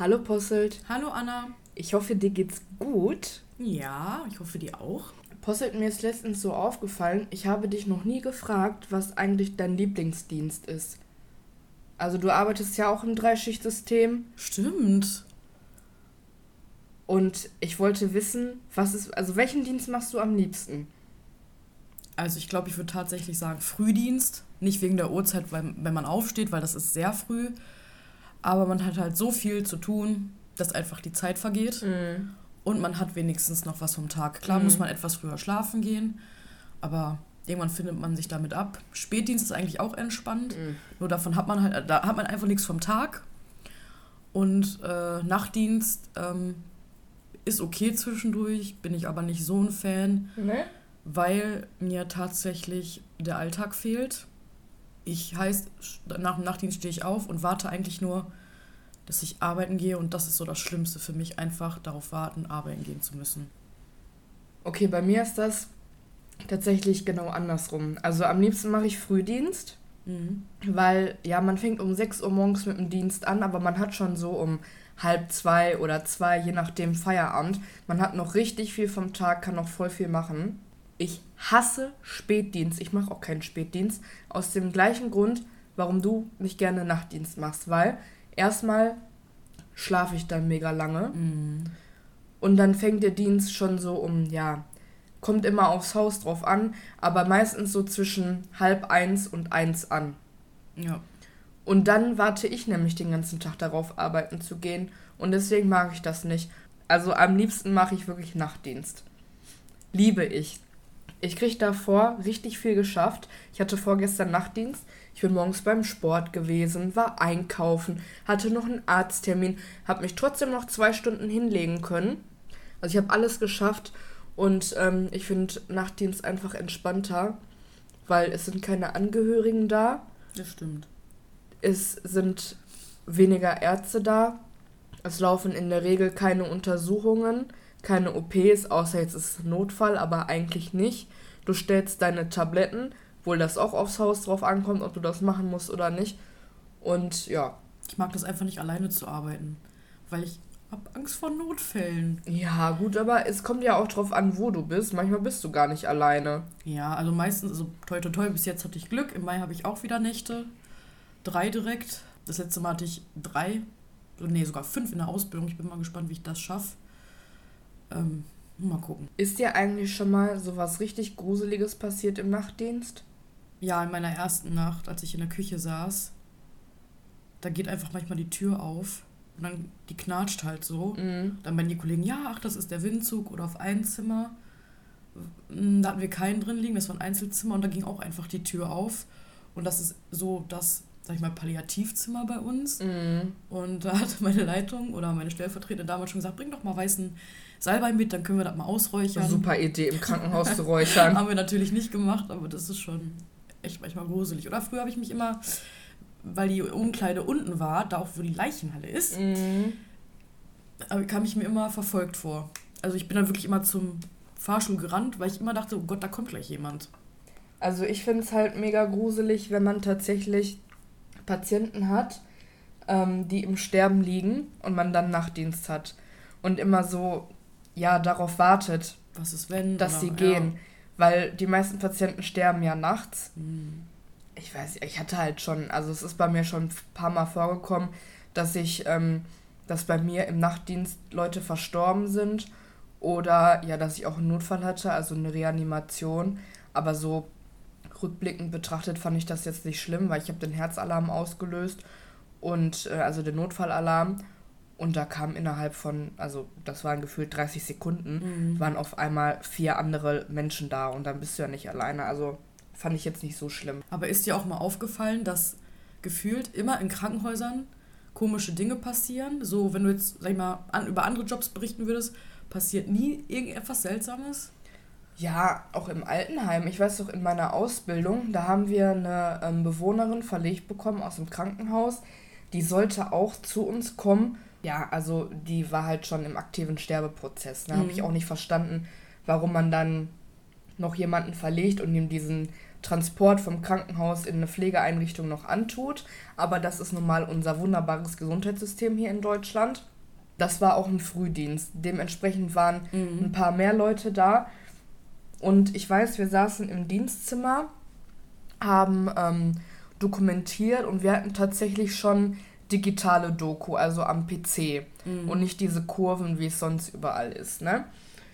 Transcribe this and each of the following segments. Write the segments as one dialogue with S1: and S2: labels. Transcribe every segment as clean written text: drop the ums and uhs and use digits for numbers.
S1: Hallo Posselt.
S2: Hallo Anna.
S1: Ich hoffe, dir geht's gut.
S2: Ja, ich hoffe dir auch.
S1: Posselt, mir ist letztens so aufgefallen, ich habe dich noch nie gefragt, was eigentlich dein Lieblingsdienst ist. Also du arbeitest ja auch im Dreischichtsystem
S2: Stimmt.
S1: und ich wollte wissen, welchen Dienst machst du am liebsten?
S2: Also ich glaube, ich würde tatsächlich sagen Frühdienst. Nicht wegen der Uhrzeit, wenn man aufsteht, weil das ist sehr früh. Aber man hat halt so viel zu tun, dass einfach die Zeit vergeht. Und man hat wenigstens noch was vom Tag. Klar muss man etwas früher schlafen gehen, aber irgendwann findet man sich damit ab. Spätdienst ist eigentlich auch entspannt. Nur davon hat man halt, da hat man einfach nichts vom Tag. Und Nachtdienst ist okay zwischendurch, bin ich aber nicht so ein Fan,
S1: Ne?
S2: weil mir tatsächlich der Alltag fehlt. Nach dem Nachtdienst stehe ich auf und warte eigentlich nur, dass ich arbeiten gehe, und das ist so das Schlimmste für mich, einfach darauf warten, arbeiten gehen zu müssen.
S1: Okay, bei mir ist das tatsächlich genau andersrum. Also am liebsten mache ich Frühdienst, weil ja, man fängt um 6 Uhr morgens mit dem Dienst an, aber man hat schon so um 1:30 oder 2, je nachdem, Feierabend. Man hat noch richtig viel vom Tag, kann noch voll viel machen. Ich hasse Spätdienst. Ich mache auch keinen Spätdienst. Aus dem gleichen Grund, warum du nicht gerne Nachtdienst machst. Weil erstmal schlafe ich dann mega lange. Und dann fängt der Dienst schon so kommt immer aufs Haus drauf an, aber meistens so zwischen 12:30 und 1 an.
S2: Ja.
S1: Und dann warte ich nämlich den ganzen Tag darauf, arbeiten zu gehen. Und deswegen mag ich das nicht. Also am liebsten mache ich wirklich Nachtdienst. Liebe ich. Ich kriege davor richtig viel geschafft. Ich hatte vorgestern Nachtdienst. Ich bin morgens beim Sport gewesen, war einkaufen, hatte noch einen Arzttermin, habe mich trotzdem noch 2 Stunden hinlegen können. Also ich habe alles geschafft und ich finde Nachtdienst einfach entspannter, weil es sind keine Angehörigen da.
S2: Das stimmt.
S1: Es sind weniger Ärzte da. Es laufen in der Regel keine Untersuchungen, keine OPs, außer jetzt ist es Notfall, aber eigentlich nicht. Du stellst deine Tabletten, obwohl das auch aufs Haus drauf ankommt, ob du das machen musst oder nicht. Und ja.
S2: Ich mag das einfach nicht, alleine zu arbeiten, weil ich habe Angst vor Notfällen.
S1: Ja, gut, aber es kommt ja auch drauf an, wo du bist. Manchmal bist du gar nicht alleine.
S2: Ja, also meistens, also toi toi toi, bis jetzt hatte ich Glück. Im Mai habe ich auch wieder Nächte. 3 direkt. Das letzte Mal hatte ich 3, sogar 5 in der Ausbildung. Ich bin mal gespannt, wie ich das schaffe. Mal gucken.
S1: Ist dir eigentlich schon mal sowas richtig Gruseliges passiert im Nachtdienst?
S2: Ja, in meiner ersten Nacht, als ich in der Küche saß, da geht einfach manchmal die Tür auf und dann die knatscht halt so. Dann meinen die Kollegen, ja, ach, das ist der Windzug, oder auf ein Zimmer. Da hatten wir keinen drin liegen, das war ein Einzelzimmer, und da ging auch einfach die Tür auf. Und das ist so das, sag ich mal, Palliativzimmer bei uns. Und da hat meine Leitung oder meine Stellvertreterin damals schon gesagt, bring doch mal weißen Salbei mit, dann können wir das mal ausräuchern.
S1: Super Idee, im Krankenhaus zu räuchern.
S2: Haben wir natürlich nicht gemacht, aber das ist schon echt manchmal gruselig. Oder früher habe ich mich immer, weil die Umkleide unten war, da auch wo die Leichenhalle ist, kam ich mir immer verfolgt vor. Also ich bin dann wirklich immer zum Fahrstuhl gerannt, weil ich immer dachte, oh Gott, da kommt gleich jemand.
S1: Also ich finde es halt mega gruselig, wenn man tatsächlich Patienten hat, die im Sterben liegen und man dann Nachtdienst hat. Und immer so, darauf wartet,
S2: Was ist wenn?
S1: dass sie gehen. Weil die meisten Patienten sterben ja nachts. Ich weiß, ich hatte halt schon, also es ist bei mir schon ein paar Mal vorgekommen, dass dass bei mir im Nachtdienst Leute verstorben sind oder dass ich auch einen Notfall hatte, also eine Reanimation. Aber so rückblickend betrachtet fand ich das jetzt nicht schlimm, weil ich habe den Herzalarm ausgelöst und also den Notfallalarm. Und da kam innerhalb von, also das waren gefühlt 30 Sekunden, waren auf einmal 4 andere Menschen da und dann bist du ja nicht alleine. Also fand ich jetzt nicht so schlimm.
S2: Aber ist dir auch mal aufgefallen, dass gefühlt immer in Krankenhäusern komische Dinge passieren? So, wenn du jetzt, sag ich mal, über andere Jobs berichten würdest, passiert nie irgendetwas Seltsames?
S1: Ja, auch im Altenheim. Ich weiß doch, in meiner Ausbildung, da haben wir eine Bewohnerin verlegt bekommen aus dem Krankenhaus. Die sollte auch zu uns kommen. Ja, also die war halt schon im aktiven Sterbeprozess. Da habe ich auch nicht verstanden, warum man dann noch jemanden verlegt und ihm diesen Transport vom Krankenhaus in eine Pflegeeinrichtung noch antut. Aber das ist nun mal unser wunderbares Gesundheitssystem hier in Deutschland. das war auch ein Frühdienst. Dementsprechend waren ein paar mehr Leute da. Und ich weiß, wir saßen im Dienstzimmer, haben dokumentiert und wir hatten tatsächlich schon digitale Doku, also am PC. Und nicht diese Kurven, wie es sonst überall ist, ne?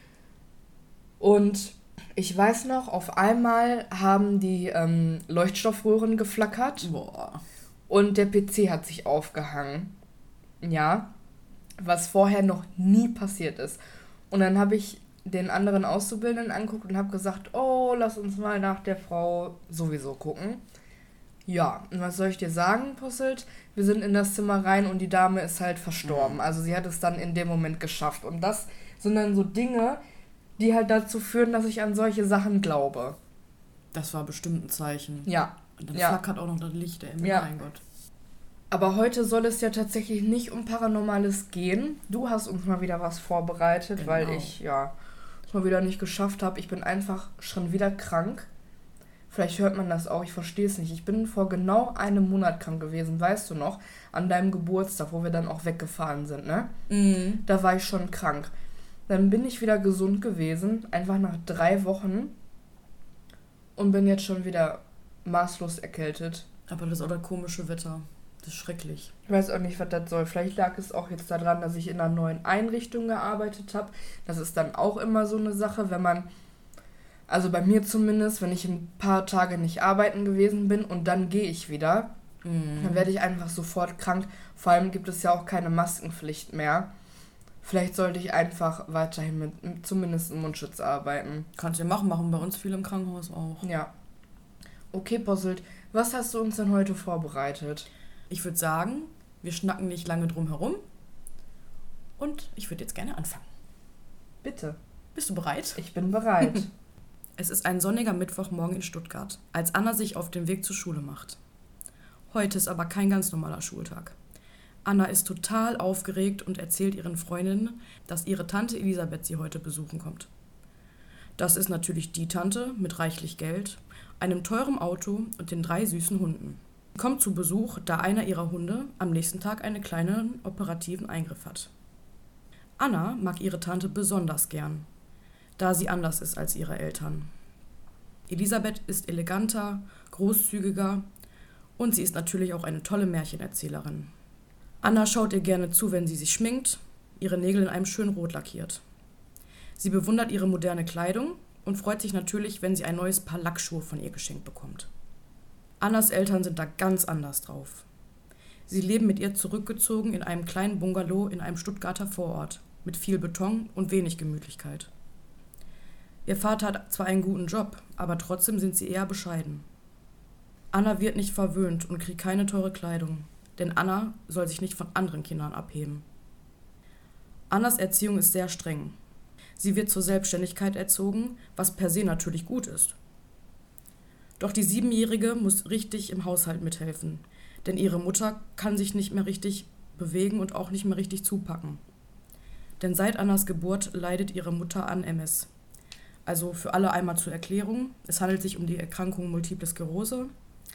S1: Und ich weiß noch, auf einmal haben die Leuchtstoffröhren geflackert.
S2: Boah.
S1: Und der PC hat sich aufgehangen. Ja, was vorher noch nie passiert ist. Und dann habe ich den anderen Auszubildenden angeguckt und habe gesagt, oh, lass uns mal nach der Frau sowieso gucken. Ja, und was soll ich dir sagen, Posselt? Wir sind in das Zimmer rein und die Dame ist halt verstorben. Also sie hat es dann in dem Moment geschafft. Und das sind dann so Dinge, die halt dazu führen, dass ich an solche Sachen glaube.
S2: Das war bestimmt ein Zeichen.
S1: Ja.
S2: Und dann flackert auch noch das Licht, mein Gott.
S1: Aber heute soll es ja tatsächlich nicht um Paranormales gehen. Du hast uns mal wieder was vorbereitet, genau. Weil ich es mal wieder nicht geschafft habe. Ich bin einfach schon wieder krank. Vielleicht hört man das auch, ich verstehe es nicht. Ich bin vor genau einem Monat krank gewesen, weißt du noch? An deinem Geburtstag, wo wir dann auch weggefahren sind, ne? Mhm. Da war ich schon krank. Dann bin ich wieder gesund gewesen, einfach nach 3 Wochen. Und bin jetzt schon wieder maßlos erkältet.
S2: Aber das ist auch das komische Wetter. Das ist schrecklich.
S1: Ich weiß auch nicht, was das soll. Vielleicht lag es auch jetzt daran, dass ich in einer neuen Einrichtung gearbeitet habe. Das ist dann auch immer so eine Sache, wenn man, also bei mir zumindest, wenn ich ein paar Tage nicht arbeiten gewesen bin und dann gehe ich wieder, dann werde ich einfach sofort krank. Vor allem gibt es ja auch keine Maskenpflicht mehr. Vielleicht sollte ich einfach weiterhin mit zumindest einem Mundschutz arbeiten.
S2: Kannst du ja machen bei uns viel im Krankenhaus auch.
S1: Ja. Okay, Posselt, was hast du uns denn heute vorbereitet?
S2: Ich würde sagen, wir schnacken nicht lange drum herum und ich würde jetzt gerne anfangen.
S1: Bitte.
S2: Bist du bereit?
S1: Ich bin bereit.
S2: Es ist ein sonniger Mittwochmorgen in Stuttgart, als Anna sich auf den Weg zur Schule macht. Heute ist aber kein ganz normaler Schultag. Anna ist total aufgeregt und erzählt ihren Freundinnen, dass ihre Tante Elisabeth sie heute besuchen kommt. Das ist natürlich die Tante mit reichlich Geld, einem teuren Auto und den 3 süßen Hunden. Sie kommt zu Besuch, da einer ihrer Hunde am nächsten Tag einen kleinen operativen Eingriff hat. Anna mag ihre Tante besonders gern, da sie anders ist als ihre Eltern. Elisabeth ist eleganter, großzügiger und sie ist natürlich auch eine tolle Märchenerzählerin. Anna schaut ihr gerne zu, wenn sie sich schminkt, ihre Nägel in einem schönen Rot lackiert. Sie bewundert ihre moderne Kleidung und freut sich natürlich, wenn sie ein neues Paar Lackschuhe von ihr geschenkt bekommt. Annas Eltern sind da ganz anders drauf. Sie leben mit ihr zurückgezogen in einem kleinen Bungalow in einem Stuttgarter Vorort, mit viel Beton und wenig Gemütlichkeit. Ihr Vater hat zwar einen guten Job, aber trotzdem sind sie eher bescheiden. Anna wird nicht verwöhnt und kriegt keine teure Kleidung, denn Anna soll sich nicht von anderen Kindern abheben. Annas Erziehung ist sehr streng. Sie wird zur Selbstständigkeit erzogen, was per se natürlich gut ist. Doch die 7-Jährige muss richtig im Haushalt mithelfen, denn ihre Mutter kann sich nicht mehr richtig bewegen und auch nicht mehr richtig zupacken. Denn seit Annas Geburt leidet ihre Mutter an MS. Also für alle einmal zur Erklärung, es handelt sich um die Erkrankung Multiple Sklerose.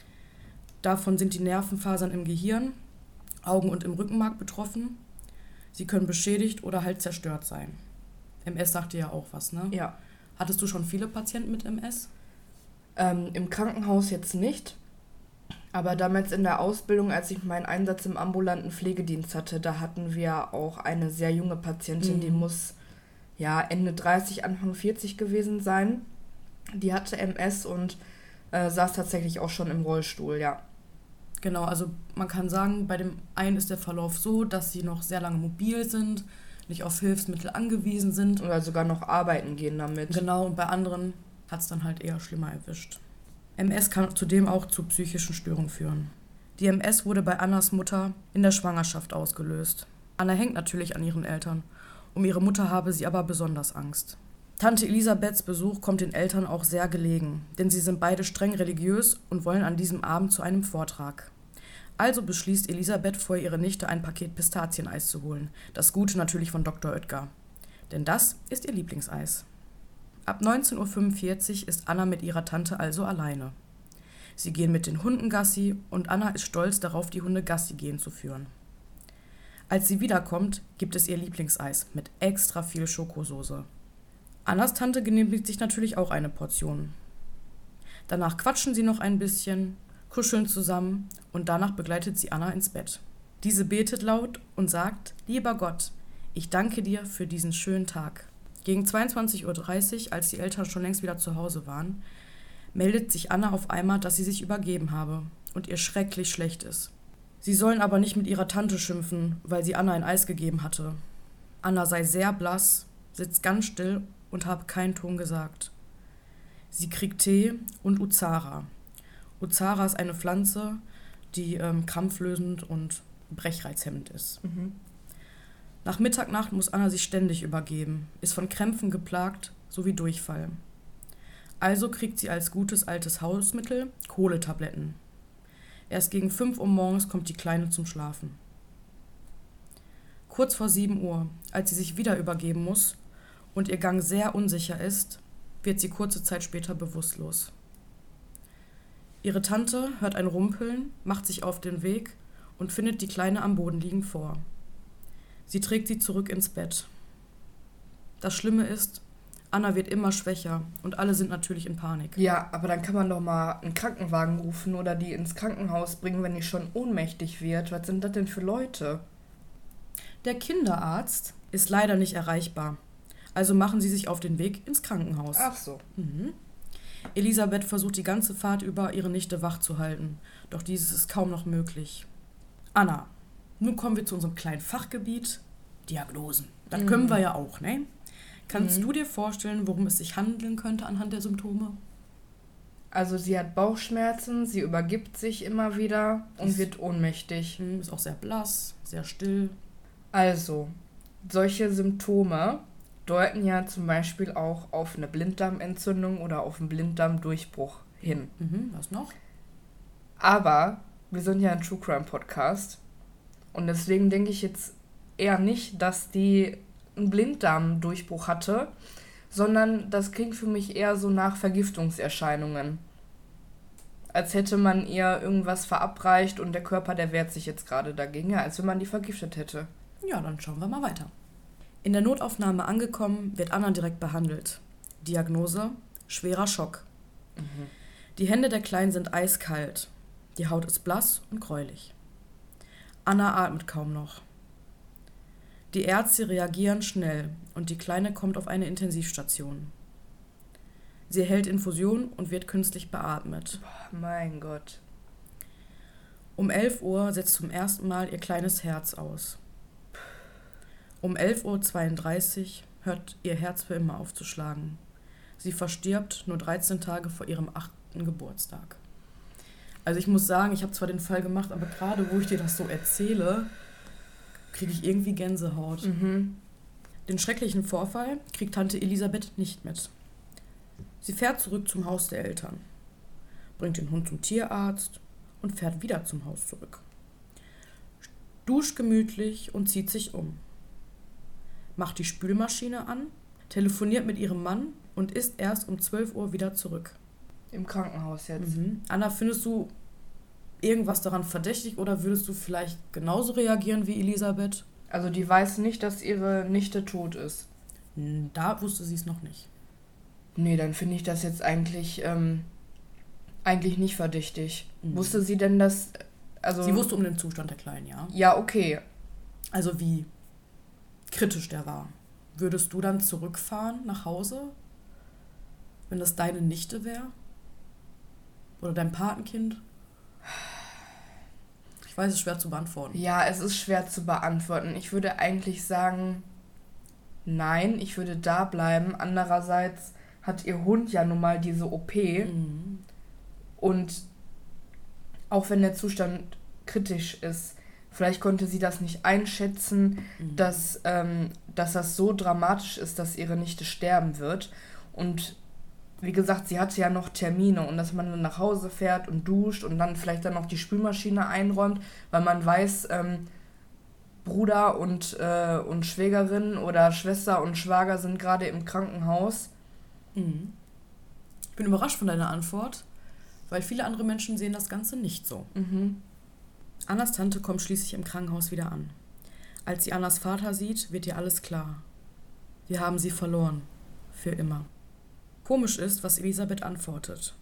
S2: Davon sind die Nervenfasern im Gehirn, Augen und im Rückenmark betroffen. Sie können beschädigt oder halt zerstört sein. MS sagt dir ja auch was, ne?
S1: Ja.
S2: Hattest du schon viele Patienten mit MS?
S1: Im Krankenhaus jetzt nicht, aber damals in der Ausbildung, als ich meinen Einsatz im ambulanten Pflegedienst hatte, da hatten wir auch eine sehr junge Patientin, die muss Ende 30, Anfang 40 gewesen sein. Die hatte MS und saß tatsächlich auch schon im Rollstuhl, ja.
S2: Genau, also man kann sagen, bei dem einen ist der Verlauf so, dass sie noch sehr lange mobil sind, nicht auf Hilfsmittel angewiesen sind.
S1: Oder sogar noch arbeiten gehen damit.
S2: Genau, und bei anderen hat es dann halt eher schlimmer erwischt. MS kann zudem auch zu psychischen Störungen führen. Die MS wurde bei Annas Mutter in der Schwangerschaft ausgelöst. Anna hängt natürlich an ihren Eltern. Um ihre Mutter habe sie aber besonders Angst. Tante Elisabeths Besuch kommt den Eltern auch sehr gelegen, denn sie sind beide streng religiös und wollen an diesem Abend zu einem Vortrag. Also beschließt Elisabeth, vor ihre Nichte ein Paket Pistazieneis zu holen. Das Gute natürlich von Dr. Oetker. Denn das ist ihr Lieblingseis. Ab 19:45 Uhr ist Anna mit ihrer Tante also alleine. Sie gehen mit den Hunden Gassi und Anna ist stolz darauf, die Hunde Gassi gehen zu führen. Als sie wiederkommt, gibt es ihr Lieblingseis mit extra viel Schokosoße. Annas Tante genehmigt sich natürlich auch eine Portion. Danach quatschen sie noch ein bisschen, kuscheln zusammen und danach begleitet sie Anna ins Bett. Diese betet laut und sagt: Lieber Gott, ich danke dir für diesen schönen Tag. Gegen 22:30 Uhr, als die Eltern schon längst wieder zu Hause waren, meldet sich Anna auf einmal, dass sie sich übergeben habe und ihr schrecklich schlecht ist. Sie sollen aber nicht mit ihrer Tante schimpfen, weil sie Anna ein Eis gegeben hatte. Anna sei sehr blass, sitzt ganz still und habe keinen Ton gesagt. Sie kriegt Tee und Uzara. Uzara ist eine Pflanze, die krampflösend und brechreizhemmend ist. Nach Mittagnacht muss Anna sich ständig übergeben, ist von Krämpfen geplagt sowie Durchfall. Also kriegt sie als gutes altes Hausmittel Kohletabletten. Erst gegen 5 Uhr morgens kommt die Kleine zum Schlafen. Kurz vor 7 Uhr, als sie sich wieder übergeben muss und ihr Gang sehr unsicher ist, wird sie kurze Zeit später bewusstlos. Ihre Tante hört ein Rumpeln, macht sich auf den Weg und findet die Kleine am Boden liegend vor. Sie trägt sie zurück ins Bett. Das Schlimme ist, Anna wird immer schwächer und alle sind natürlich in Panik.
S1: Ja, aber dann kann man doch mal einen Krankenwagen rufen oder die ins Krankenhaus bringen, wenn die schon ohnmächtig wird. Was sind das denn für Leute?
S2: Der Kinderarzt ist leider nicht erreichbar. Also machen sie sich auf den Weg ins Krankenhaus.
S1: Ach so.
S2: Elisabeth versucht die ganze Fahrt über, ihre Nichte wach zu halten. Doch dieses ist kaum noch möglich. Anna, nun kommen wir zu unserem kleinen Fachgebiet, Diagnosen. Das können wir ja auch, ne? Kannst du dir vorstellen, worum es sich handeln könnte anhand der Symptome?
S1: Also sie hat Bauchschmerzen, sie übergibt sich immer wieder und wird ohnmächtig.
S2: Ist auch sehr blass, sehr still.
S1: Also, solche Symptome deuten ja zum Beispiel auch auf eine Blinddarmentzündung oder auf einen Blinddarmdurchbruch hin.
S2: Was noch?
S1: Aber wir sind ja ein True Crime Podcast und deswegen denke ich jetzt eher nicht, dass die einen Blinddarmdurchbruch hatte, sondern das klingt für mich eher so nach Vergiftungserscheinungen. Als hätte man ihr irgendwas verabreicht und der Körper, der wehrt sich jetzt gerade dagegen, ja, als wenn man die vergiftet hätte.
S2: Ja, dann schauen wir mal weiter. In der Notaufnahme angekommen, wird Anna direkt behandelt. Diagnose: schwerer Schock. Die Hände der Kleinen sind eiskalt. Die Haut ist blass und gräulich. Anna atmet kaum noch. Die Ärzte reagieren schnell und die Kleine kommt auf eine Intensivstation. Sie erhält Infusion und wird künstlich beatmet.
S1: Boah, mein Gott.
S2: Um 11 Uhr setzt zum ersten Mal ihr kleines Herz aus. Um 11:32 Uhr hört ihr Herz für immer aufzuschlagen. Sie verstirbt nur 13 Tage vor ihrem 8. Geburtstag. Also ich muss sagen, ich habe zwar den Fall gemacht, aber gerade wo ich dir das so erzähle, kriege ich irgendwie Gänsehaut. Den schrecklichen Vorfall kriegt Tante Elisabeth nicht mit. Sie fährt zurück zum Haus der Eltern, bringt den Hund zum Tierarzt und fährt wieder zum Haus zurück. Duscht gemütlich und zieht sich um. Macht die Spülmaschine an, telefoniert mit ihrem Mann und ist erst um 12 Uhr wieder zurück.
S1: Im Krankenhaus jetzt.
S2: Anna, findest du irgendwas daran verdächtig oder würdest du vielleicht genauso reagieren wie Elisabeth?
S1: Also die weiß nicht, dass ihre Nichte tot ist.
S2: Da wusste sie es noch nicht.
S1: Nee, dann finde ich das jetzt eigentlich nicht verdächtig. Wusste sie denn, dass... Also
S2: sie wusste um den Zustand der Kleinen, ja?
S1: Ja, okay.
S2: Also wie kritisch der war. Würdest du dann zurückfahren nach Hause, wenn das deine Nichte wäre? Oder dein Patenkind? Ich weiß, es ist schwer zu beantworten.
S1: Ja, es ist schwer zu beantworten. Ich würde eigentlich sagen, nein, ich würde da bleiben. Andererseits hat ihr Hund ja nun mal diese OP. Und auch wenn der Zustand kritisch ist, vielleicht konnte sie das nicht einschätzen, dass das so dramatisch ist, dass ihre Nichte sterben wird. Und wie gesagt, sie hatte ja noch Termine und dass man dann nach Hause fährt und duscht und dann vielleicht dann noch die Spülmaschine einräumt, weil man weiß, Bruder und Schwägerin oder Schwester und Schwager sind gerade im Krankenhaus.
S2: Ich bin überrascht von deiner Antwort, weil viele andere Menschen sehen das Ganze nicht so. Annas Tante kommt schließlich im Krankenhaus wieder an. Als sie Annas Vater sieht, wird ihr alles klar. Wir haben sie verloren. Für immer. Komisch ist, was Elisabeth antwortet.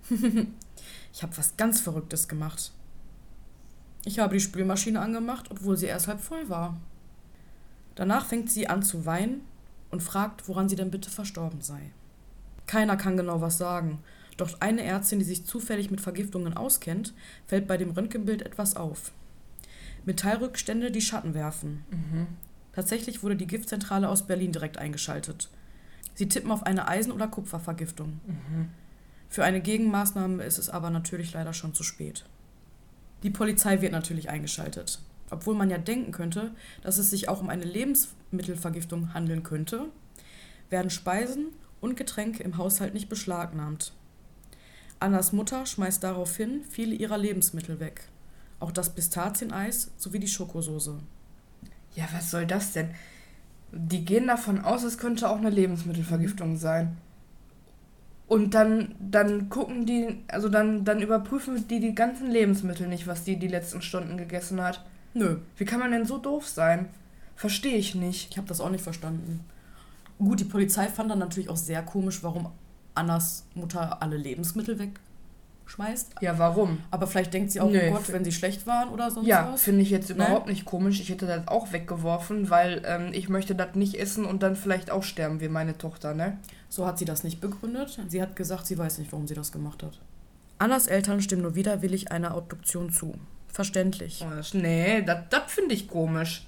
S2: Ich habe was ganz Verrücktes gemacht. Ich habe die Spülmaschine angemacht, obwohl sie erst halb voll war. Danach fängt sie an zu weinen und fragt, woran sie denn bitte verstorben sei. Keiner kann genau was sagen, doch eine Ärztin, die sich zufällig mit Vergiftungen auskennt, fällt bei dem Röntgenbild etwas auf. Metallrückstände, die Schatten werfen. Tatsächlich wurde die Giftzentrale aus Berlin direkt eingeschaltet. Sie tippen auf eine Eisen- oder Kupfervergiftung. Für eine Gegenmaßnahme ist es aber natürlich leider schon zu spät. Die Polizei wird natürlich eingeschaltet. Obwohl man ja denken könnte, dass es sich auch um eine Lebensmittelvergiftung handeln könnte, werden Speisen und Getränke im Haushalt nicht beschlagnahmt. Annas Mutter schmeißt daraufhin viele ihrer Lebensmittel weg. Auch das Pistazieneis sowie die Schokosoße.
S1: Ja, was soll das denn? Die gehen davon aus, es könnte auch eine Lebensmittelvergiftung sein. Und dann gucken die, also dann überprüfen die ganzen Lebensmittel nicht, was die letzten Stunden gegessen hat.
S2: Nö.
S1: Wie kann man denn so doof sein? Verstehe ich nicht.
S2: Ich habe das auch nicht verstanden. Gut, die Polizei fand dann natürlich auch sehr komisch, warum Annas Mutter alle Lebensmittel wegschmeißt.
S1: Ja, warum?
S2: Aber vielleicht denkt sie auch, oh Gott, wenn sie schlecht waren oder sonst was.
S1: Ja, finde ich jetzt überhaupt nicht komisch. Ich hätte das auch weggeworfen, weil ich möchte das nicht essen und dann vielleicht auch sterben wie meine Tochter, ne?
S2: So hat sie das nicht begründet. Sie hat gesagt, sie weiß nicht, warum sie das gemacht hat. Annas Eltern stimmen nur widerwillig einer Obduktion zu. Verständlich.
S1: Nee, das finde ich komisch.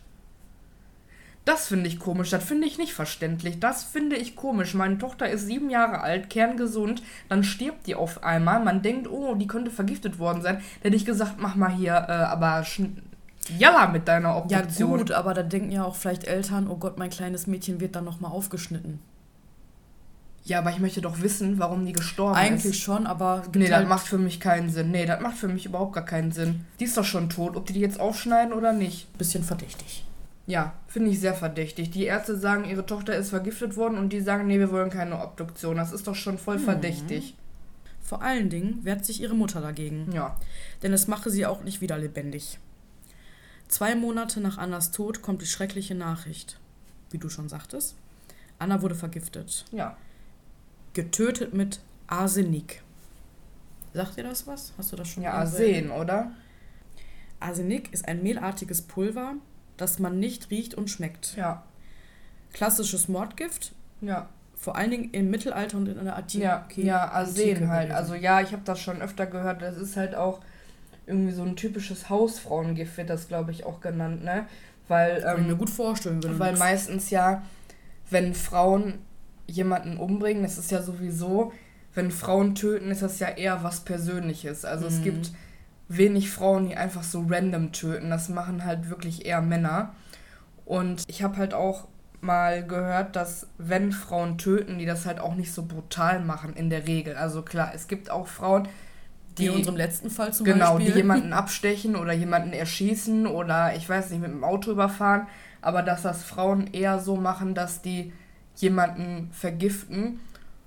S1: Das finde ich komisch, das finde ich nicht verständlich. Das finde ich komisch. Meine Tochter ist 7 Jahre alt, kerngesund, dann stirbt die auf einmal. Man denkt, oh, die könnte vergiftet worden sein. Da hätte ich gesagt, mach mal hier, aber jalla mit deiner Obduktion.
S2: Ja gut, aber da denken ja auch vielleicht Eltern, oh Gott, mein kleines Mädchen wird dann nochmal aufgeschnitten.
S1: Ja, aber ich möchte doch wissen, warum die gestorben ist.
S2: Eigentlich schon, aber...
S1: Nee, das macht für mich keinen Sinn. Nee, das macht für mich überhaupt gar keinen Sinn. Die ist doch schon tot, ob die jetzt aufschneiden oder nicht.
S2: Bisschen verdächtig.
S1: Ja, finde ich sehr verdächtig. Die Ärzte sagen, ihre Tochter ist vergiftet worden und die sagen, nee, wir wollen keine Obduktion. Das ist doch schon voll verdächtig.
S2: Vor allen Dingen wehrt sich ihre Mutter dagegen.
S1: Ja.
S2: Denn es mache sie auch nicht wieder lebendig. 2 Monate nach Annas Tod kommt die schreckliche Nachricht. Wie du schon sagtest, Anna wurde vergiftet.
S1: Ja.
S2: Getötet mit Arsenik. Sagt dir das was? Hast du das schon
S1: Ja, Arsen, oder?
S2: Arsenik ist ein mehlartiges Pulver, das man nicht riecht und schmeckt.
S1: Ja.
S2: Klassisches Mordgift.
S1: Ja.
S2: Vor allen Dingen im Mittelalter und in der Antike.
S1: Ja, Arsen halt. Also ja, ich habe das schon öfter gehört. Das ist halt auch irgendwie so ein typisches Hausfrauengift, wird das, glaube ich, auch genannt, ne? Weil,
S2: kann ich mir gut vorstellen.
S1: Weil meistens ja, wenn Frauen jemanden umbringen, das ist ja sowieso, wenn Frauen töten, ist das ja eher was Persönliches. Also es gibt wenig Frauen, die einfach so random töten. Das machen halt wirklich eher Männer. Und ich habe halt auch mal gehört, dass wenn Frauen töten, die das halt auch nicht so brutal machen in der Regel. Also klar, es gibt auch Frauen, die
S2: in unserem letzten Fall zum Beispiel.
S1: Genau, die jemanden abstechen oder jemanden erschießen oder ich weiß nicht, mit dem Auto überfahren. Aber dass das Frauen eher so machen, dass die jemanden vergiften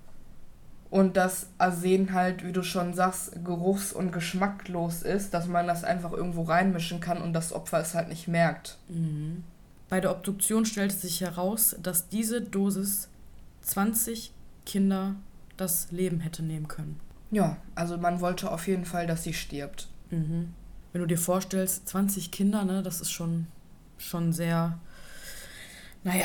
S1: und das Arsen halt, wie du schon sagst, geruchs- und geschmacklos ist, dass man das einfach irgendwo reinmischen kann und das Opfer es halt nicht merkt.
S2: Bei der Obduktion stellte sich heraus, dass diese Dosis 20 Kinder das Leben hätte nehmen können.
S1: Ja, also man wollte auf jeden Fall, dass sie stirbt.
S2: Wenn du dir vorstellst, 20 Kinder, ne, das ist schon sehr, naja.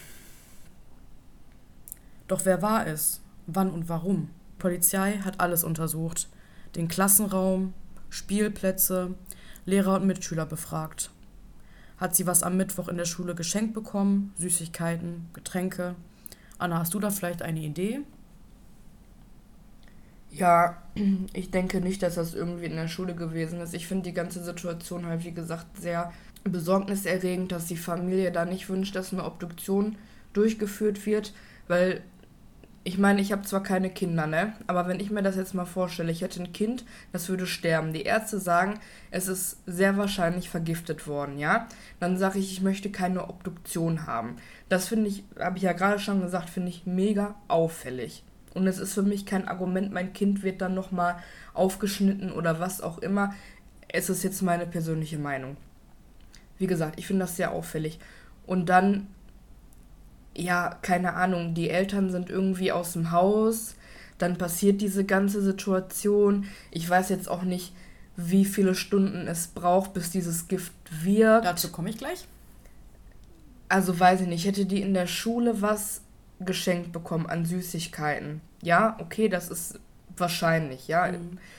S2: Doch wer war es? Wann und warum? Die Polizei hat alles untersucht. Den Klassenraum, Spielplätze, Lehrer und Mitschüler befragt. Hat sie was am Mittwoch in der Schule geschenkt bekommen? Süßigkeiten, Getränke? Anna, hast du da vielleicht eine Idee?
S1: Ja, ich denke nicht, dass das irgendwie in der Schule gewesen ist. Ich finde die ganze Situation halt, wie gesagt, sehr besorgniserregend, dass die Familie da nicht wünscht, dass eine Obduktion durchgeführt wird, weil ich meine, ich habe zwar keine Kinder, ne? Aber wenn ich mir das jetzt mal vorstelle, ich hätte ein Kind, das würde sterben. Die Ärzte sagen, es ist sehr wahrscheinlich vergiftet worden, ja? Dann sage ich möchte keine Obduktion haben. Das finde ich, habe ich ja gerade schon gesagt, finde ich mega auffällig. Und es ist für mich kein Argument, mein Kind wird dann nochmal aufgeschnitten oder was auch immer. Es ist jetzt meine persönliche Meinung. Wie gesagt, ich finde das sehr auffällig. Und dann, ja, keine Ahnung, die Eltern sind irgendwie aus dem Haus, dann passiert diese ganze Situation. Ich weiß jetzt auch nicht, wie viele Stunden es braucht, bis dieses Gift wirkt.
S2: Dazu komme ich gleich.
S1: Also weiß ich nicht, hätte die in der Schule was geschenkt bekommen an Süßigkeiten. Ja, okay, das ist wahrscheinlich, ja.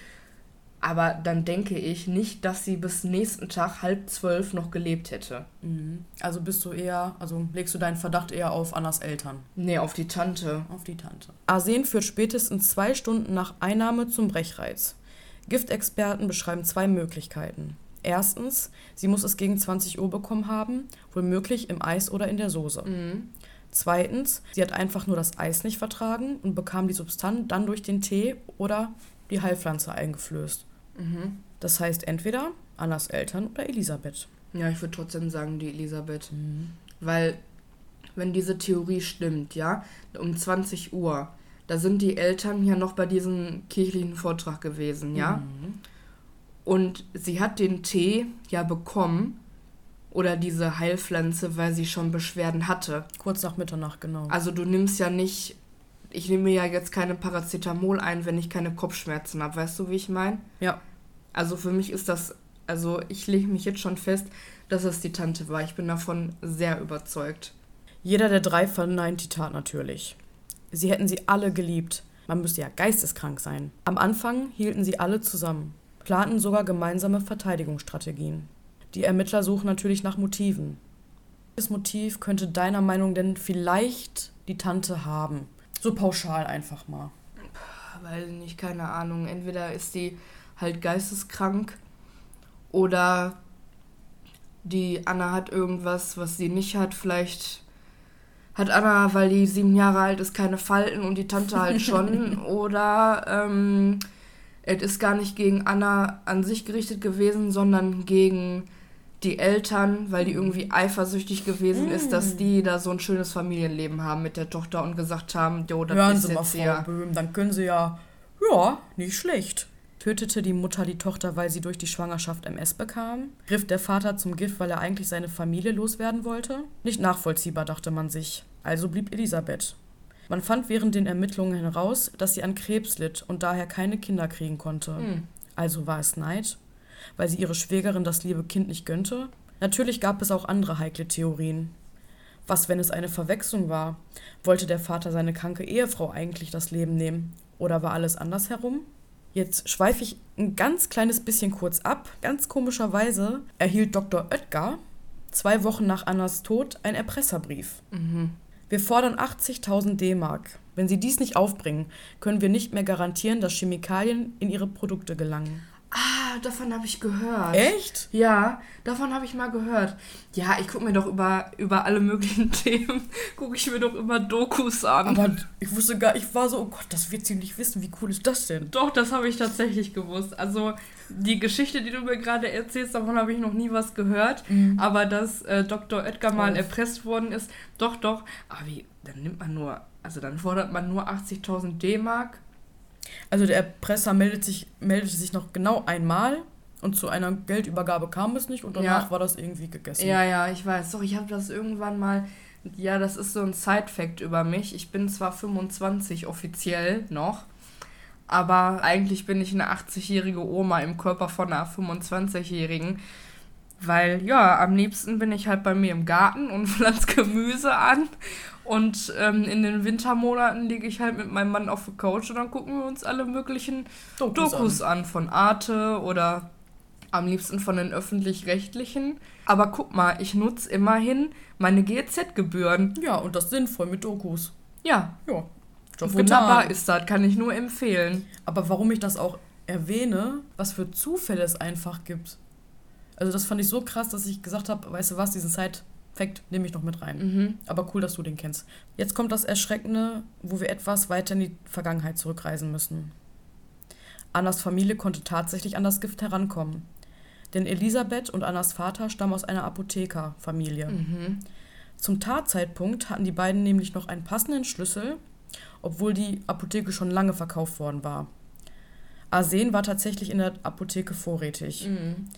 S1: Aber dann denke ich nicht, dass sie bis nächsten Tag 11:30 noch gelebt hätte.
S2: Also legst du deinen Verdacht eher auf Annas Eltern?
S1: Nee, auf die Tante.
S2: Auf die Tante. Arsen führt spätestens 2 Stunden nach Einnahme zum Brechreiz. Giftexperten beschreiben 2 Möglichkeiten. Erstens, sie muss es gegen 20 Uhr bekommen haben, womöglich im Eis oder in der Soße. Zweitens, sie hat einfach nur das Eis nicht vertragen und bekam die Substanz dann durch den Tee oder die Heilpflanze eingeflößt. Das heißt entweder Annas Eltern oder Elisabeth.
S1: Ja, ich würde trotzdem sagen, die Elisabeth. Weil, wenn diese Theorie stimmt, ja, um 20 Uhr, da sind die Eltern ja noch bei diesem kirchlichen Vortrag gewesen, ja. Und sie hat den Tee ja bekommen, oder diese Heilpflanze, weil sie schon Beschwerden hatte.
S2: Kurz nach Mitternacht, genau.
S1: Also du nimmst ja nicht, ich nehme mir ja jetzt keine Paracetamol ein, wenn ich keine Kopfschmerzen habe, weißt du, wie ich meine?
S2: Ja.
S1: Also für mich ist das, also ich lege mich jetzt schon fest, dass es die Tante war. Ich bin davon sehr überzeugt.
S2: Jeder der 3 verneint die Tat natürlich. Sie hätten sie alle geliebt. Man müsste ja geisteskrank sein. Am Anfang hielten sie alle zusammen, planten sogar gemeinsame Verteidigungsstrategien. Die Ermittler suchen natürlich nach Motiven. Welches Motiv könnte deiner Meinung denn vielleicht die Tante haben? So pauschal einfach mal.
S1: Weiß nicht, keine Ahnung. Entweder ist die halt geisteskrank oder die Anna hat irgendwas, was sie nicht hat. Vielleicht hat Anna, weil die 7 Jahre alt ist, keine Falten und die Tante halt schon. Oder es ist gar nicht gegen Anna an sich gerichtet gewesen, sondern gegen die Eltern, weil die irgendwie eifersüchtig gewesen ist, dass die da so ein schönes Familienleben haben mit der Tochter und gesagt haben, jo, das
S2: hören
S1: ist
S2: Sie mal,
S1: jetzt
S2: Frau
S1: hier.
S2: Böhm, dann können Sie ja, nicht schlecht. Tötete die Mutter die Tochter, weil sie durch die Schwangerschaft MS bekam? Griff der Vater zum Gift, weil er eigentlich seine Familie loswerden wollte? Nicht nachvollziehbar, dachte man sich. Also blieb Elisabeth. Man fand während den Ermittlungen heraus, dass sie an Krebs litt und daher keine Kinder kriegen konnte. Also war es Neid? Weil sie ihre Schwägerin das liebe Kind nicht gönnte? Natürlich gab es auch andere heikle Theorien. Was, wenn es eine Verwechslung war? Wollte der Vater seine kranke Ehefrau eigentlich das Leben nehmen? Oder war alles andersherum? Jetzt schweife ich ein ganz kleines bisschen kurz ab. Ganz komischerweise erhielt Dr. Oetker 2 Wochen nach Annas Tod einen Erpresserbrief. Wir fordern 80.000 D-Mark. Wenn Sie dies nicht aufbringen, können wir nicht mehr garantieren, dass Chemikalien in Ihre Produkte gelangen.
S1: Ah, davon habe ich gehört.
S2: Echt?
S1: Ja, davon habe ich mal gehört. Ja, ich gucke mir doch über alle möglichen Themen, gucke ich mir doch immer Dokus an.
S2: Aber ich war so, oh Gott, das wird sie nicht wissen, wie cool ist das denn?
S1: Doch, das habe ich tatsächlich gewusst. Also die Geschichte, die du mir gerade erzählst, davon habe ich noch nie was gehört. Aber dass Dr. Oetker mal erpresst worden ist, doch. Aber dann fordert man nur 80.000 D-Mark.
S2: Also der Erpresser meldete sich noch genau einmal und zu einer Geldübergabe kam es nicht und danach war das irgendwie gegessen.
S1: Ja, ich weiß. Doch, ich habe das irgendwann mal, ja, das ist so ein Side-Fact über mich. Ich bin zwar 25 offiziell noch, aber eigentlich bin ich eine 80-jährige Oma im Körper von einer 25-jährigen. Weil, ja, am liebsten bin ich halt bei mir im Garten und pflanze Gemüse an. Und in den Wintermonaten liege ich halt mit meinem Mann auf der Couch und dann gucken wir uns alle möglichen Dokus an. Von Arte oder am liebsten von den Öffentlich-Rechtlichen. Aber guck mal, ich nutze immerhin meine GEZ-Gebühren.
S2: Ja, und das sinnvoll mit Dokus.
S1: Ja.
S2: Job
S1: Wunderbar
S2: getan.
S1: ist das, kann ich nur empfehlen.
S2: Aber warum ich das auch erwähne, was für Zufälle es einfach gibt. Also das fand ich so krass, dass ich gesagt habe, weißt du was, diesen Side-Fact nehme ich noch mit rein. Aber cool, dass du den kennst. Jetzt kommt das Erschreckende, wo wir etwas weiter in die Vergangenheit zurückreisen müssen. Annas Familie konnte tatsächlich an das Gift herankommen. Denn Elisabeth und Annas Vater stammen aus einer Apothekerfamilie. Zum Tatzeitpunkt hatten die beiden nämlich noch einen passenden Schlüssel, obwohl die Apotheke schon lange verkauft worden war. Arsen war tatsächlich in der Apotheke vorrätig.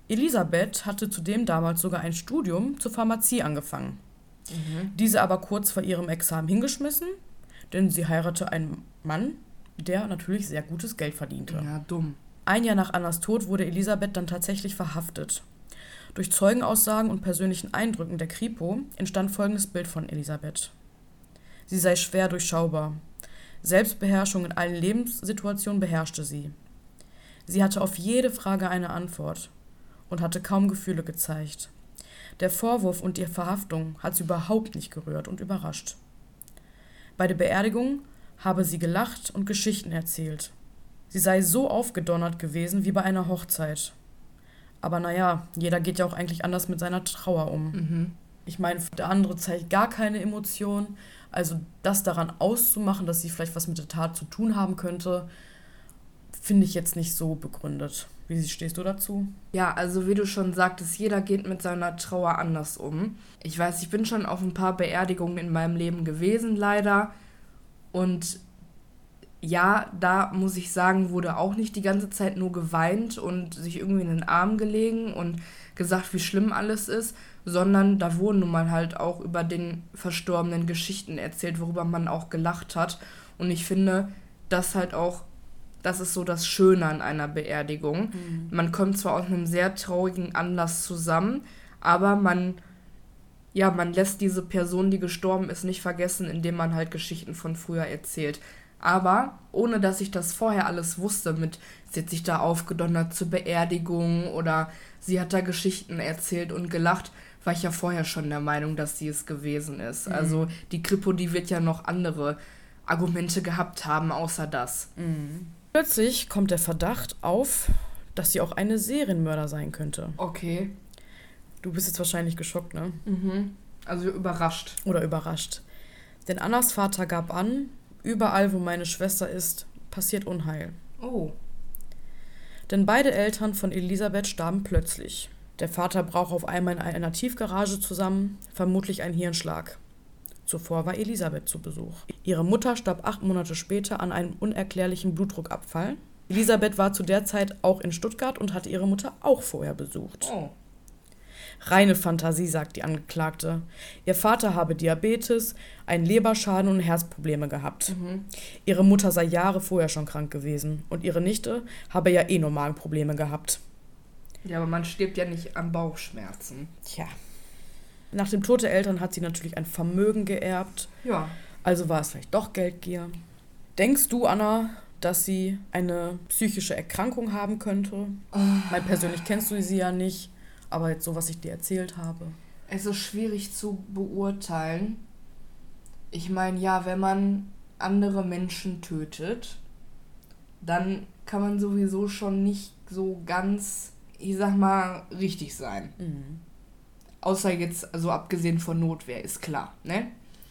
S2: Elisabeth hatte zudem damals sogar ein Studium zur Pharmazie angefangen. Diese aber kurz vor ihrem Examen hingeschmissen, denn sie heiratete einen Mann, der natürlich sehr gutes Geld verdiente.
S1: Ja, dumm.
S2: Ein Jahr nach Annas Tod wurde Elisabeth dann tatsächlich verhaftet. Durch Zeugenaussagen und persönlichen Eindrücken der Kripo entstand folgendes Bild von Elisabeth. Sie sei schwer durchschaubar. Selbstbeherrschung in allen Lebenssituationen beherrschte sie. Sie hatte auf jede Frage eine Antwort und hatte kaum Gefühle gezeigt. Der Vorwurf und die Verhaftung hat sie überhaupt nicht gerührt und überrascht. Bei der Beerdigung habe sie gelacht und Geschichten erzählt. Sie sei so aufgedonnert gewesen wie bei einer Hochzeit. Aber naja, jeder geht ja auch eigentlich anders mit seiner Trauer um. Ich meine, der andere zeigt gar keine Emotionen. Also das daran auszumachen, dass sie vielleicht was mit der Tat zu tun haben könnte, finde ich jetzt nicht so begründet. Wie stehst du dazu?
S1: Ja, also wie du schon sagtest, jeder geht mit seiner Trauer anders um. Ich weiß, ich bin schon auf ein paar Beerdigungen in meinem Leben gewesen, leider. Und ja, da muss ich sagen, wurde auch nicht die ganze Zeit nur geweint und sich irgendwie in den Arm gelegen und gesagt, wie schlimm alles ist, sondern da wurden nun mal halt auch über den Verstorbenen Geschichten erzählt, worüber man auch gelacht hat. Und ich finde, das ist so das Schöne an einer Beerdigung. Man kommt zwar aus einem sehr traurigen Anlass zusammen, aber man lässt diese Person, die gestorben ist, nicht vergessen, indem man halt Geschichten von früher erzählt. Aber ohne, dass ich das vorher alles wusste, sie hat sich da aufgedonnert zur Beerdigung oder sie hat da Geschichten erzählt und gelacht, war ich ja vorher schon der Meinung, dass sie es gewesen ist. Also die Kripo, die wird ja noch andere Argumente gehabt haben, außer das.
S2: Plötzlich kommt der Verdacht auf, dass sie auch eine Serienmörder sein könnte.
S1: Okay.
S2: Du bist jetzt wahrscheinlich geschockt, ne?
S1: Also überrascht.
S2: Oder überrascht. Denn Annas Vater gab an, überall, wo meine Schwester ist, passiert Unheil.
S1: Oh.
S2: Denn beide Eltern von Elisabeth starben plötzlich. Der Vater brach auf einmal in einer Tiefgarage zusammen, vermutlich ein Hirnschlag. Zuvor war Elisabeth zu Besuch. Ihre Mutter starb 8 Monate später an einem unerklärlichen Blutdruckabfall. Elisabeth war zu der Zeit auch in Stuttgart und hatte ihre Mutter auch vorher besucht.
S1: Oh.
S2: Reine Fantasie, sagt die Angeklagte. Ihr Vater habe Diabetes, einen Leberschaden und Herzprobleme gehabt. Ihre Mutter sei Jahre vorher schon krank gewesen und ihre Nichte habe ja nur Magenprobleme gehabt.
S1: Ja, aber man stirbt ja nicht an Bauchschmerzen.
S2: Tja. Nach dem Tod der Eltern hat sie natürlich ein Vermögen geerbt.
S1: Ja.
S2: Also war es vielleicht doch Geldgier. Denkst du, Anna, dass sie eine psychische Erkrankung haben könnte? Weil persönlich kennst du sie ja nicht. Aber jetzt so, was ich dir erzählt habe.
S1: Es ist schwierig zu beurteilen. Ich meine, ja, wenn man andere Menschen tötet, dann kann man sowieso schon nicht so ganz, ich sag mal, richtig sein. Außer jetzt, also abgesehen von Notwehr, ist klar, ne?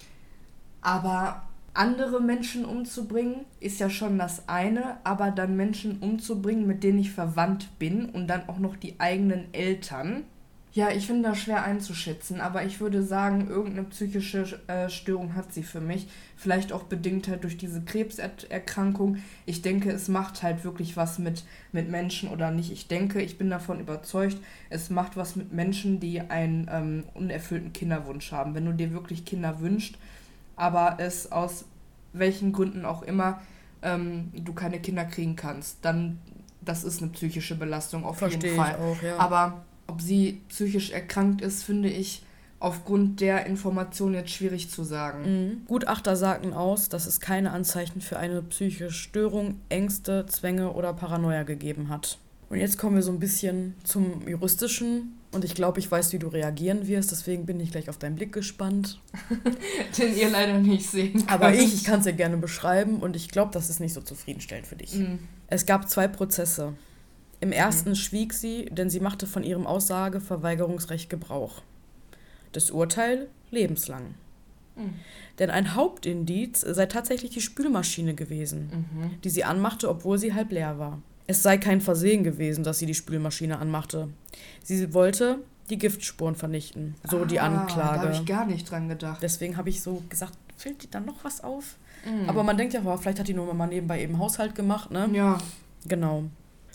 S1: Aber andere Menschen umzubringen, ist ja schon das eine, aber dann Menschen umzubringen, mit denen ich verwandt bin und dann auch noch die eigenen Eltern. Ja, ich finde das schwer einzuschätzen, aber ich würde sagen, irgendeine psychische Störung hat sie für mich. Vielleicht auch bedingt halt durch diese Krebserkrankung. Ich denke, es macht halt wirklich was mit Menschen oder nicht. Ich bin davon überzeugt, es macht was mit Menschen, die einen unerfüllten Kinderwunsch haben. Wenn du dir wirklich Kinder wünschst, aber es aus welchen Gründen auch immer du keine Kinder kriegen kannst, dann das ist eine psychische Belastung auf jeden Fall.
S2: Verstehe ich auch, ja.
S1: Aber ob sie psychisch erkrankt ist, finde ich aufgrund der Information jetzt schwierig zu sagen.
S2: Gutachter sagten aus, dass es keine Anzeichen für eine psychische Störung, Ängste, Zwänge oder Paranoia gegeben hat. Und jetzt kommen wir so ein bisschen zum Juristischen. Und ich glaube, ich weiß, wie du reagieren wirst. Deswegen bin ich gleich auf deinen Blick gespannt.
S1: Den ihr leider nicht sehen könnt.
S2: Aber ich kann es dir gerne beschreiben. Und ich glaube, das ist nicht so zufriedenstellend für dich. Es gab 2 Prozesse. Im ersten schwieg sie, denn sie machte von ihrem Aussageverweigerungsrecht Gebrauch. Das Urteil lebenslang. Denn ein Hauptindiz sei tatsächlich die Spülmaschine gewesen, die sie anmachte, obwohl sie halb leer war. Es sei kein Versehen gewesen, dass sie die Spülmaschine anmachte. Sie wollte die Giftspuren vernichten, so die Anklage.
S1: Da habe ich gar nicht dran gedacht.
S2: Deswegen habe ich so gesagt, fällt dir dann noch was auf? Aber man denkt ja, vielleicht hat die nur mal nebenbei eben Haushalt gemacht, ne?
S1: Ja.
S2: Genau.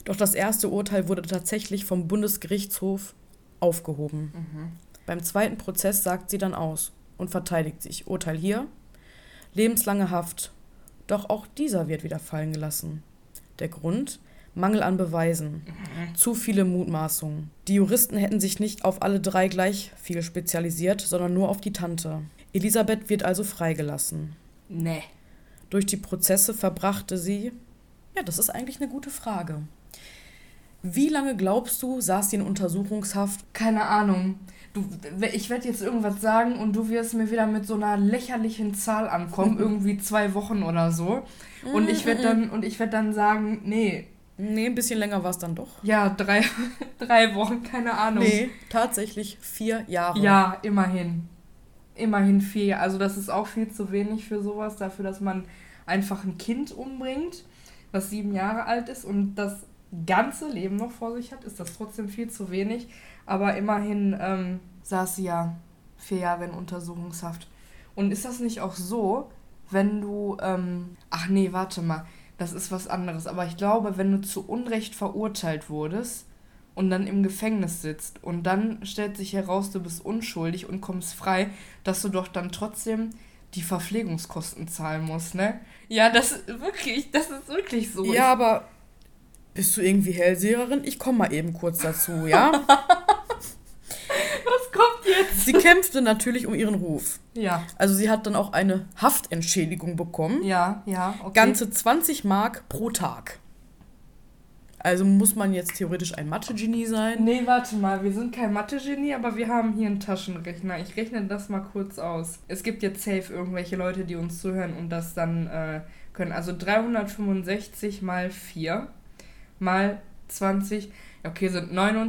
S2: Doch das erste Urteil wurde tatsächlich vom Bundesgerichtshof aufgehoben. Beim zweiten Prozess sagt sie dann aus und verteidigt sich. Urteil hier, lebenslange Haft. Doch auch dieser wird wieder fallen gelassen. Der Grund? Mangel an Beweisen. Zu viele Mutmaßungen. Die Juristen hätten sich nicht auf alle 3 gleich viel spezialisiert, sondern nur auf die Tante. Elisabeth wird also freigelassen.
S1: Nee.
S2: Durch die Prozesse verbrachte sie... Ja, das ist eigentlich eine gute Frage. Wie lange glaubst du, saß sie in Untersuchungshaft?
S1: Keine Ahnung. Ich werde jetzt irgendwas sagen und du wirst mir wieder mit so einer lächerlichen Zahl ankommen, irgendwie 2 Wochen oder so. Und ich werde dann sagen, nee.
S2: Nee, ein bisschen länger war es dann doch.
S1: Ja, 3 Wochen, keine Ahnung.
S2: Nee, tatsächlich 4 Jahre.
S1: Ja, immerhin. Immerhin 4 Jahre. Also das ist auch viel zu wenig für sowas, dafür, dass man einfach ein Kind umbringt, was 7 Jahre alt ist und das ganze Leben noch vor sich hat, ist das trotzdem viel zu wenig. Aber immerhin saß sie ja 4 Jahre in Untersuchungshaft. Und ist das nicht auch so, wenn du... ach nee, warte mal. Das ist was anderes. Aber ich glaube, wenn du zu Unrecht verurteilt wurdest und dann im Gefängnis sitzt und dann stellt sich heraus, du bist unschuldig und kommst frei, dass du doch dann trotzdem die Verpflegungskosten zahlen musst, ne? Ja, das ist wirklich so.
S2: Ja, aber bist du irgendwie Hellseherin? Ich komme mal eben kurz dazu, ja?
S1: Was kommt jetzt?
S2: Sie kämpfte natürlich um ihren Ruf.
S1: Ja.
S2: Also sie hat dann auch eine Haftentschädigung bekommen.
S1: Ja, okay.
S2: Ganze 20 Mark pro Tag. Also muss man jetzt theoretisch ein Mathe-Genie sein?
S1: Nee, warte mal, wir sind kein Mathe-Genie, aber wir haben hier einen Taschenrechner. Ich rechne das mal kurz aus. Es gibt jetzt safe irgendwelche Leute, die uns zuhören und das dann können. Also 365 mal 4 mal 20, okay, sind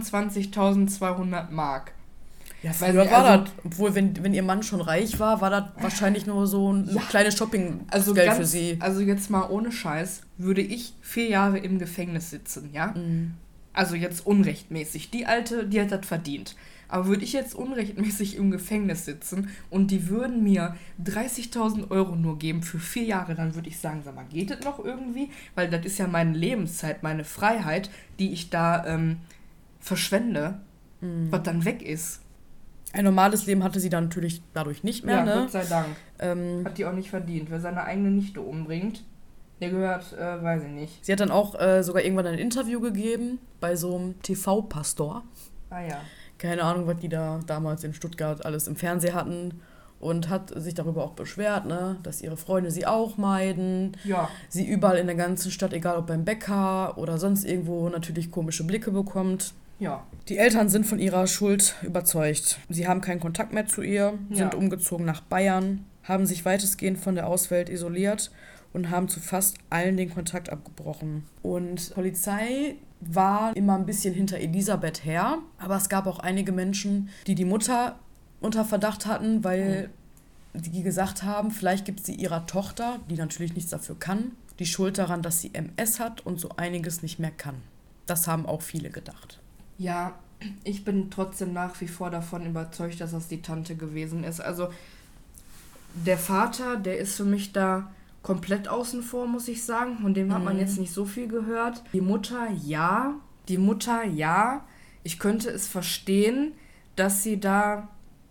S1: 29.200 Mark.
S2: Ja, früher war das, obwohl, wenn ihr Mann schon reich war das wahrscheinlich nur so ein kleines Shopping-Geld für sie.
S1: Also jetzt mal ohne Scheiß, würde ich 4 Jahre im Gefängnis sitzen, ja? Mhm. Also jetzt unrechtmäßig. Die Alte, die hat das verdient. Aber würde ich jetzt unrechtmäßig im Gefängnis sitzen und die würden mir 30.000 Euro nur geben für 4 Jahre, dann würde ich sagen, sag mal, geht das noch irgendwie? Weil das ist ja meine Lebenszeit, meine Freiheit, die ich da verschwende, was dann weg ist.
S2: Ein normales Leben hatte sie dann natürlich dadurch nicht mehr,
S1: ja,
S2: ne?
S1: Gott sei Dank. Hat die auch nicht verdient. Wer seine eigene Nichte umbringt, der gehört, weiß ich nicht.
S2: Sie hat dann auch sogar irgendwann ein Interview gegeben bei so einem TV-Pastor.
S1: Ah ja.
S2: Keine Ahnung, was die da damals in Stuttgart alles im Fernsehen hatten. Und hat sich darüber auch beschwert, ne, dass ihre Freunde sie auch meiden.
S1: Ja.
S2: Sie überall in der ganzen Stadt, egal ob beim Bäcker oder sonst irgendwo, natürlich komische Blicke bekommt.
S1: Ja.
S2: Die Eltern sind von ihrer Schuld überzeugt. Sie haben keinen Kontakt mehr zu ihr, sind umgezogen nach Bayern, haben sich weitestgehend von der Außenwelt isoliert und haben zu fast allen den Kontakt abgebrochen. Und die Polizei war immer ein bisschen hinter Elisabeth her, aber es gab auch einige Menschen, die die Mutter unter Verdacht hatten, weil die gesagt haben, vielleicht gibt sie ihrer Tochter, die natürlich nichts dafür kann, die Schuld daran, dass sie MS hat und so einiges nicht mehr kann. Das haben auch viele gedacht.
S1: Ja, ich bin trotzdem nach wie vor davon überzeugt, dass das die Tante gewesen ist. Also der Vater, der ist für mich da komplett außen vor, muss ich sagen. Von dem hat man jetzt nicht so viel gehört. Die Mutter, ja. Ich könnte es verstehen, dass sie da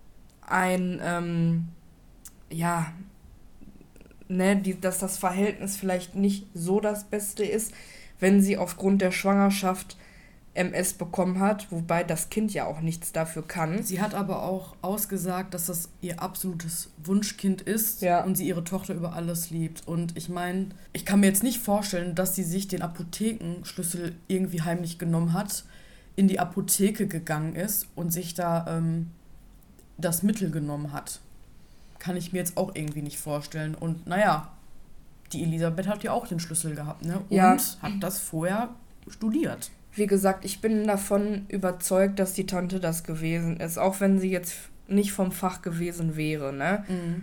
S1: dass das Verhältnis vielleicht nicht so das Beste ist, wenn sie aufgrund der Schwangerschaft MS bekommen hat, wobei das Kind ja auch nichts dafür kann.
S2: Sie hat aber auch ausgesagt, dass das ihr absolutes Wunschkind ist und sie ihre Tochter über alles liebt. Und ich meine, ich kann mir jetzt nicht vorstellen, dass sie sich den Apothekenschlüssel irgendwie heimlich genommen hat, in die Apotheke gegangen ist und sich da das Mittel genommen hat. Kann ich mir jetzt auch irgendwie nicht vorstellen. Und naja, die Elisabeth hat ja auch den Schlüssel gehabt, ne? Und hat das vorher studiert.
S1: Wie gesagt, ich bin davon überzeugt, dass die Tante das gewesen ist, auch wenn sie jetzt nicht vom Fach gewesen wäre, ne?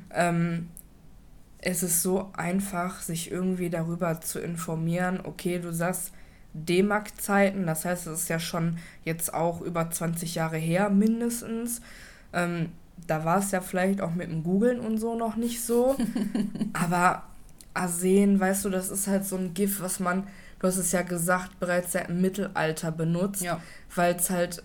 S1: Es ist so einfach, sich irgendwie darüber zu informieren. Okay, du sagst D-Mark-Zeiten, das heißt, es ist ja schon jetzt auch über 20 Jahre her mindestens. Da war es ja vielleicht auch mit dem Googlen und so noch nicht so. Aber Arsen, weißt du, das ist halt so ein Gift, was man du hast es ja gesagt, bereits ja im Mittelalter benutzt, weil es halt,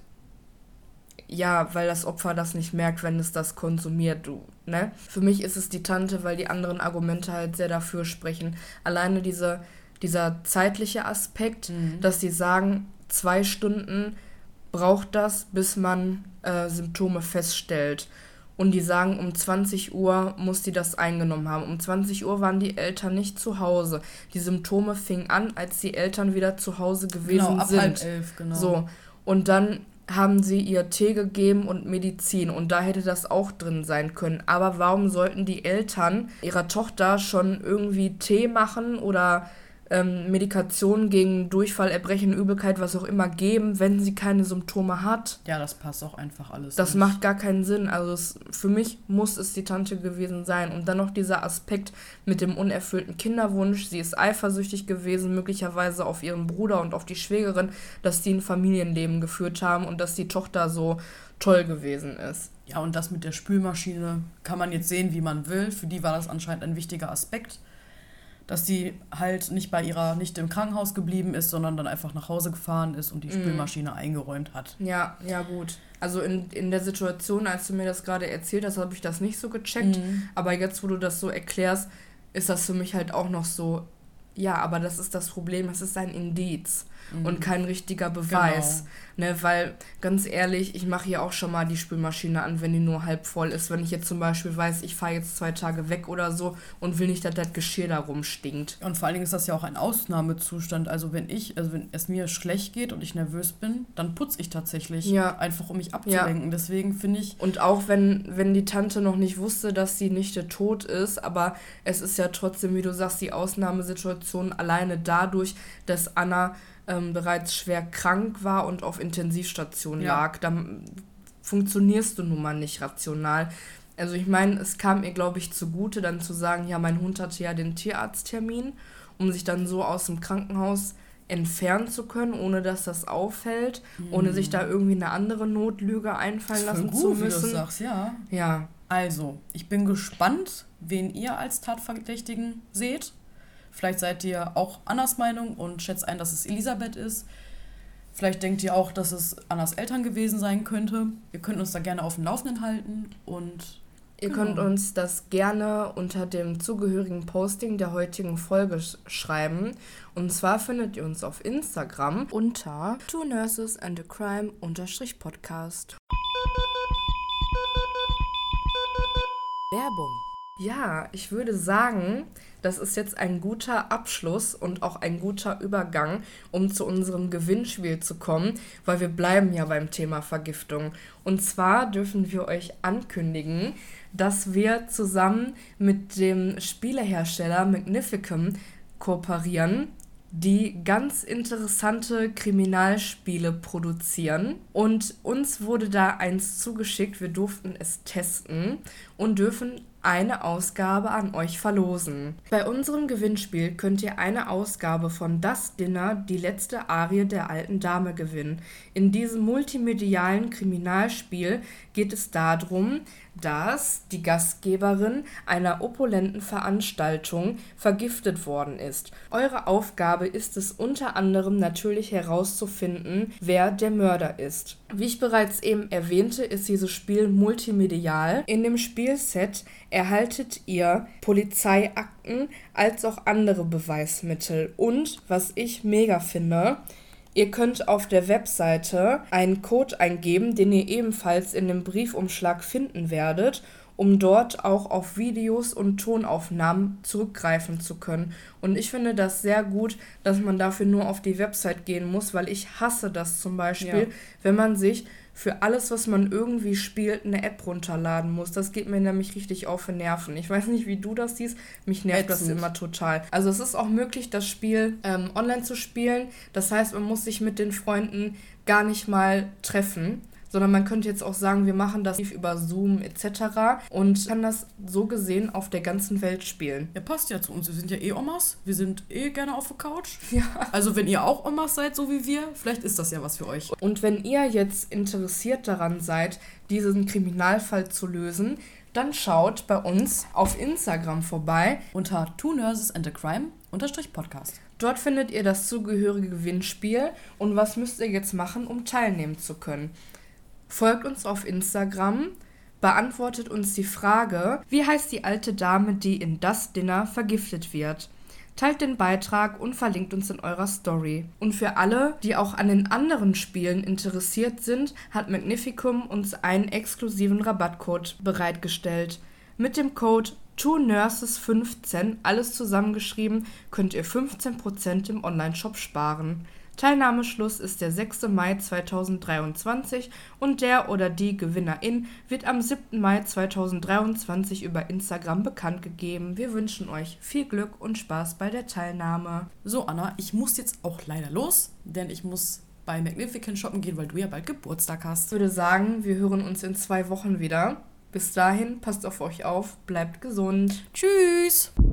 S1: ja, weil das Opfer das nicht merkt, wenn es das konsumiert, ne? Für mich ist es die Tante, weil die anderen Argumente halt sehr dafür sprechen. Alleine dieser zeitliche Aspekt, dass die sagen, 2 Stunden braucht das, bis man Symptome feststellt. Und die sagen, um 20 Uhr muss die das eingenommen haben. Um 20 Uhr waren die Eltern nicht zu Hause. Die Symptome fingen an, als die Eltern wieder zu Hause gewesen sind. Ab 10:30, genau. So. Und dann haben sie ihr Tee gegeben und Medizin. Und da hätte das auch drin sein können. Aber warum sollten die Eltern ihrer Tochter schon irgendwie Tee machen oder Medikation gegen Durchfall, Erbrechen, Übelkeit, was auch immer geben, wenn sie keine Symptome hat?
S2: Ja, das passt auch einfach alles
S1: Das nicht. Macht gar keinen Sinn. Also für mich muss es die Tante gewesen sein. Und dann noch dieser Aspekt mit dem unerfüllten Kinderwunsch. Sie ist eifersüchtig gewesen, möglicherweise auf ihren Bruder und auf die Schwägerin, dass die ein Familienleben geführt haben und dass die Tochter so toll gewesen ist.
S2: Ja, und das mit der Spülmaschine kann man jetzt sehen, wie man will. Für die war das anscheinend ein wichtiger Aspekt, dass sie halt nicht bei ihrer Nichte im Krankenhaus geblieben ist, sondern dann einfach nach Hause gefahren ist und die Spülmaschine eingeräumt hat.
S1: Ja, gut. Also in der Situation, als du mir das gerade erzählt hast, habe ich das nicht so gecheckt. Aber jetzt, wo du das so erklärst, ist das für mich halt auch noch so, ja, aber das ist das Problem, das ist ein Indiz und kein richtiger Beweis. Genau. Ne, weil, ganz ehrlich, ich mache hier auch schon mal die Spülmaschine an, wenn die nur halb voll ist. Wenn ich jetzt zum Beispiel weiß, ich fahre jetzt 2 Tage weg oder so und will nicht, dass das Geschirr da rumstinkt.
S2: Und vor allen Dingen ist das ja auch ein Ausnahmezustand. Also wenn es mir schlecht geht und ich nervös bin, dann putze ich tatsächlich, einfach um mich abzulenken. Ja. Deswegen finde ich...
S1: Und auch wenn die Tante noch nicht wusste, dass die Nichte tot ist, aber es ist ja trotzdem, wie du sagst, die Ausnahmesituation alleine dadurch, dass Anna bereits schwer krank war und auf Intensivstation lag, dann funktionierst du nun mal nicht rational. Also ich meine, es kam ihr, glaube ich, zugute, dann zu sagen, ja, mein Hund hatte ja den Tierarzttermin, um sich dann so aus dem Krankenhaus entfernen zu können, ohne dass das auffällt, ohne sich da irgendwie eine andere Notlüge einfallen lassen zu müssen. Wie du
S2: sagst, ja. Also, ich bin gespannt, wen ihr als Tatverdächtigen seht. Vielleicht seid ihr auch Annas Meinung und schätzt ein, dass es Elisabeth ist. Vielleicht denkt ihr auch, dass es Annas Eltern gewesen sein könnte. Ihr könnt uns da gerne auf dem Laufenden halten. Und
S1: ihr könnt uns das gerne unter dem zugehörigen Posting der heutigen Folge schreiben. Und zwar findet ihr uns auf Instagram unter TwoNursesAndACrime_Podcast. Werbung. Ja, ich würde sagen, das ist jetzt ein guter Abschluss und auch ein guter Übergang, um zu unserem Gewinnspiel zu kommen, weil wir bleiben ja beim Thema Vergiftung. Und zwar dürfen wir euch ankündigen, dass wir zusammen mit dem Spielehersteller Magnificum kooperieren, die ganz interessante Kriminalspiele produzieren. Und uns wurde da eins zugeschickt, wir durften es testen und dürfen eine Ausgabe an euch verlosen. Bei unserem Gewinnspiel könnt ihr eine Ausgabe von Das Dinner, die letzte Arie der alten Dame gewinnen. In diesem multimedialen Kriminalspiel geht es darum, dass die Gastgeberin einer opulenten Veranstaltung vergiftet worden ist. Eure Aufgabe ist es unter anderem natürlich herauszufinden, wer der Mörder ist. Wie ich bereits eben erwähnte, ist dieses Spiel multimedial. In dem Spielset erhaltet ihr Polizeiakten als auch andere Beweismittel. Und, was ich mega finde, ihr könnt auf der Webseite einen Code eingeben, den ihr ebenfalls in dem Briefumschlag finden werdet, um dort auch auf Videos und Tonaufnahmen zurückgreifen zu können. Und ich finde das sehr gut, dass man dafür nur auf die Website gehen muss, weil ich hasse das zum Beispiel, wenn man sich für alles, was man irgendwie spielt, eine App runterladen muss. Das geht mir nämlich richtig auf den Nerven. Ich weiß nicht, wie du das siehst, mich nervt das immer total. Also es ist auch möglich, das Spiel online zu spielen. Das heißt, man muss sich mit den Freunden gar nicht mal treffen, sondern man könnte jetzt auch sagen, wir machen das über Zoom etc. und kann das so gesehen auf der ganzen Welt spielen.
S2: Ja, passt ja zu uns. Wir sind ja Omas. Wir sind gerne auf der Couch. Ja. Also wenn ihr auch Omas seid, so wie wir, vielleicht ist das ja was für euch.
S1: Und wenn ihr jetzt interessiert daran seid, diesen Kriminalfall zu lösen, dann schaut bei uns auf Instagram vorbei
S2: unter TwoNursesAndACrime_Podcast.
S1: Dort findet ihr das zugehörige Gewinnspiel und was müsst ihr jetzt machen, um teilnehmen zu können. Folgt uns auf Instagram, beantwortet uns die Frage, wie heißt die alte Dame, die in Das Dinner vergiftet wird? Teilt den Beitrag und verlinkt uns in eurer Story. Und für alle, die auch an den anderen Spielen interessiert sind, hat Magnificum uns einen exklusiven Rabattcode bereitgestellt. Mit dem Code TwoNurses15, alles zusammengeschrieben, könnt ihr 15% im Onlineshop sparen. Teilnahmeschluss ist der 6. Mai 2023 und der oder die Gewinnerin wird am 7. Mai 2023 über Instagram bekannt gegeben. Wir wünschen euch viel Glück und Spaß bei der Teilnahme.
S2: So, Anna, ich muss jetzt auch leider los, denn ich muss bei Magnificent shoppen gehen, weil du ja bald Geburtstag hast.
S1: Ich würde sagen, wir hören uns in 2 Wochen wieder. Bis dahin, passt auf euch auf, bleibt gesund.
S2: Tschüss!